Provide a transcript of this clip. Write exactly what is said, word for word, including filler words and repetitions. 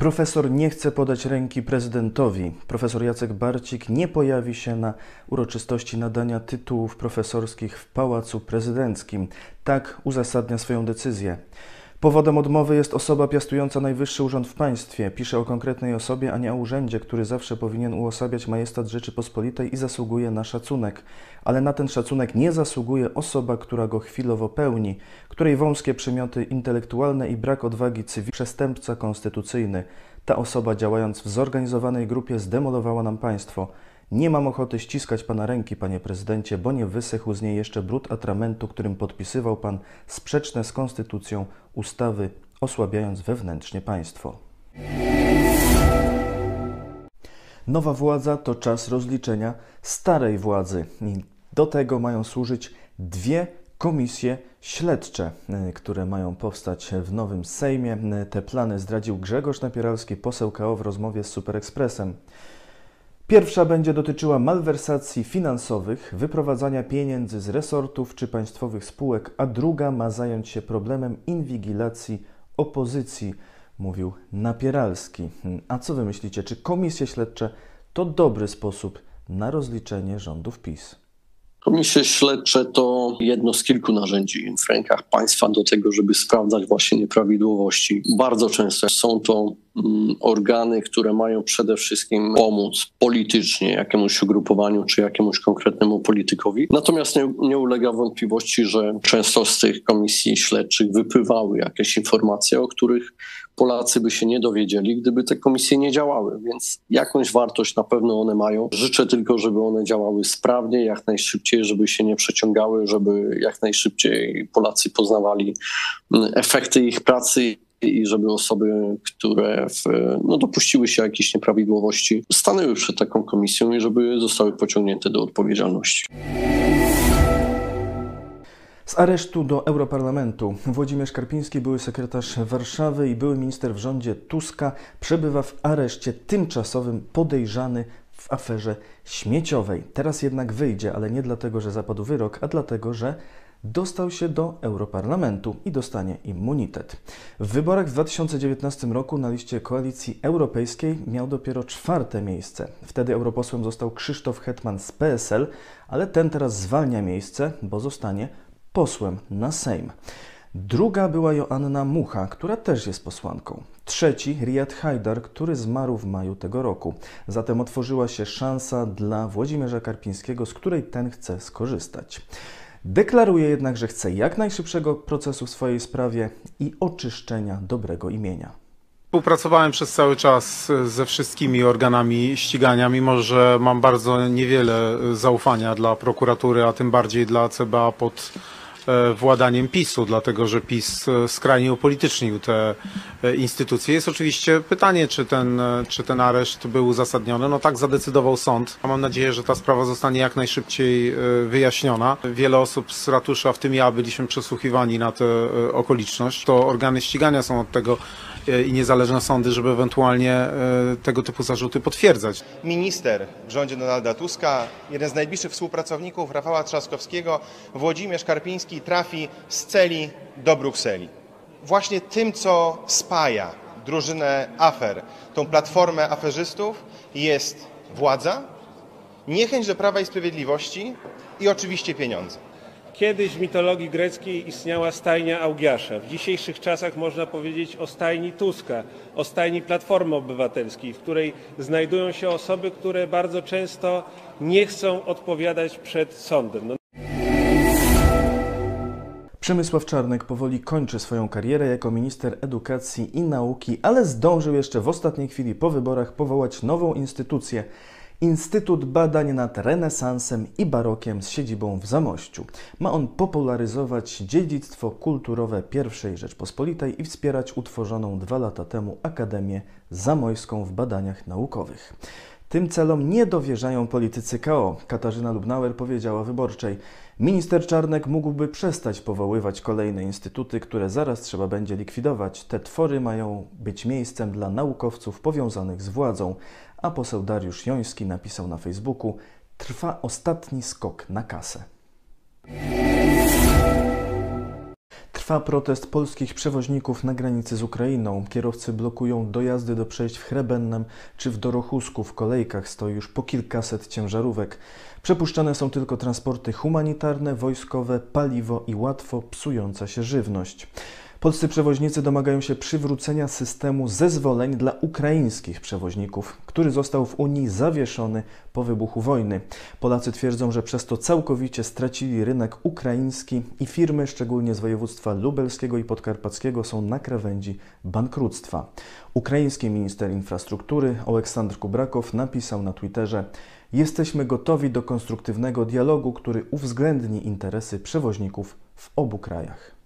Profesor nie chce podać ręki prezydentowi. Profesor Jacek Barcik nie pojawi się na uroczystości nadania tytułów profesorskich w Pałacu Prezydenckim. Tak uzasadnia swoją decyzję. Powodem odmowy jest osoba piastująca najwyższy urząd w państwie. Pisze o konkretnej osobie, a nie o urzędzie, który zawsze powinien uosabiać majestat Rzeczypospolitej i zasługuje na szacunek. Ale na ten szacunek nie zasługuje osoba, która go chwilowo pełni, której wąskie przymioty intelektualne i brak odwagi cywilnej, przestępca konstytucyjny. Ta osoba, działając w zorganizowanej grupie, zdemolowała nam państwo. Nie mam ochoty ściskać pana ręki, panie prezydencie, bo nie wysechł z niej jeszcze brud atramentu, którym podpisywał pan sprzeczne z konstytucją ustawy, osłabiając wewnętrznie państwo. Nowa władza to czas rozliczenia starej władzy. I do tego mają służyć dwie komisje śledcze, które mają powstać w nowym Sejmie. Te plany zdradził Grzegorz Napieralski, poseł K O w rozmowie z Super Expressem. Pierwsza będzie dotyczyła malwersacji finansowych, wyprowadzania pieniędzy z resortów czy państwowych spółek, a druga ma zająć się problemem inwigilacji opozycji, mówił Napieralski. A co wy myślicie, czy komisje śledcze to dobry sposób na rozliczenie rządów PiS? Komisje śledcze to jedno z kilku narzędzi w rękach państwa do tego, żeby sprawdzać właśnie nieprawidłowości. Bardzo często są to mm, organy, które mają przede wszystkim pomóc politycznie jakiemuś ugrupowaniu czy jakiemuś konkretnemu politykowi. Natomiast nie, nie ulega wątpliwości, że często z tych komisji śledczych wypływały jakieś informacje, o których Polacy by się nie dowiedzieli, gdyby te komisje nie działały, więc jakąś wartość na pewno one mają. Życzę tylko, żeby one działały sprawnie, jak najszybciej, żeby się nie przeciągały, żeby jak najszybciej Polacy poznawali efekty ich pracy i żeby osoby, które w, no, dopuściły się jakichś nieprawidłowości, stanęły przed taką komisją i żeby zostały pociągnięte do odpowiedzialności. Z aresztu do Europarlamentu. Włodzimierz Karpiński, były sekretarz Warszawy i były minister w rządzie Tuska, przebywa w areszcie tymczasowym podejrzany w aferze śmieciowej. Teraz jednak wyjdzie, ale nie dlatego, że zapadł wyrok, a dlatego, że dostał się do Europarlamentu i dostanie immunitet. W wyborach w dwa tysiące dziewiętnastym roku na liście Koalicji Europejskiej miał dopiero czwarte miejsce. Wtedy europosłem został Krzysztof Hetman z P S L, ale ten teraz zwalnia miejsce, bo zostanie posłem na Sejm. Druga była Joanna Mucha, która też jest posłanką. Trzeci Riyad Hajdar, który zmarł w maju tego roku. Zatem otworzyła się szansa dla Włodzimierza Karpińskiego, z której ten chce skorzystać. Deklaruje jednak, że chce jak najszybszego procesu w swojej sprawie i oczyszczenia dobrego imienia. Współpracowałem przez cały czas ze wszystkimi organami ścigania, mimo że mam bardzo niewiele zaufania dla prokuratury, a tym bardziej dla C B A pod władaniem PiSu, dlatego że PiS skrajnie upolitycznił te instytucje. Jest oczywiście pytanie, czy ten, czy ten areszt był uzasadniony. No tak zadecydował sąd. Mam nadzieję, że ta sprawa zostanie jak najszybciej wyjaśniona. Wiele osób z ratusza, w tym ja, byliśmy przesłuchiwani na tę okoliczność. To organy ścigania są od tego i niezależne sądy, żeby ewentualnie tego typu zarzuty potwierdzać. Minister w rządzie Donalda Tuska, jeden z najbliższych współpracowników Rafała Trzaskowskiego, Włodzimierz Karpiński, trafi z celi do Brukseli. Właśnie tym, co spaja drużynę afer, tą platformę aferzystów, jest władza, niechęć do Prawa i Sprawiedliwości i oczywiście pieniądze. Kiedyś w mitologii greckiej istniała stajnia Augiasza. W dzisiejszych czasach można powiedzieć o stajni Tuska, o stajni Platformy Obywatelskiej, w której znajdują się osoby, które bardzo często nie chcą odpowiadać przed sądem. No. Przemysław Czarnek powoli kończy swoją karierę jako minister edukacji i nauki, ale zdążył jeszcze w ostatniej chwili po wyborach powołać nową instytucję. Instytut Badań nad Renesansem i Barokiem z siedzibą w Zamościu. Ma on popularyzować dziedzictwo kulturowe pierwszej Rzeczpospolitej i wspierać utworzoną dwa lata temu Akademię Zamojską w badaniach naukowych. Tym celom nie dowierzają politycy K O. Katarzyna Lubnauer powiedziała Wyborczej: minister Czarnek mógłby przestać powoływać kolejne instytuty, które zaraz trzeba będzie likwidować. Te twory mają być miejscem dla naukowców powiązanych z władzą. A poseł Dariusz Joński napisał na Facebooku: trwa ostatni skok na kasę. Trwa Trwa protest polskich przewoźników na granicy z Ukrainą. Kierowcy blokują dojazdy do przejść w Chrebennem czy w Dorochusku. W kolejkach stoi już po kilkaset ciężarówek. Przepuszczane są tylko transporty humanitarne, wojskowe, paliwo i łatwo psująca się żywność. Polscy przewoźnicy domagają się przywrócenia systemu zezwoleń dla ukraińskich przewoźników, który został w Unii zawieszony po wybuchu wojny. Polacy twierdzą, że przez to całkowicie stracili rynek ukraiński i firmy, szczególnie z województwa lubelskiego i podkarpackiego, są na krawędzi bankructwa. Ukraiński minister infrastruktury Oleksandr Kubrakow napisał na Twitterze: jesteśmy gotowi do konstruktywnego dialogu, który uwzględni interesy przewoźników w obu krajach.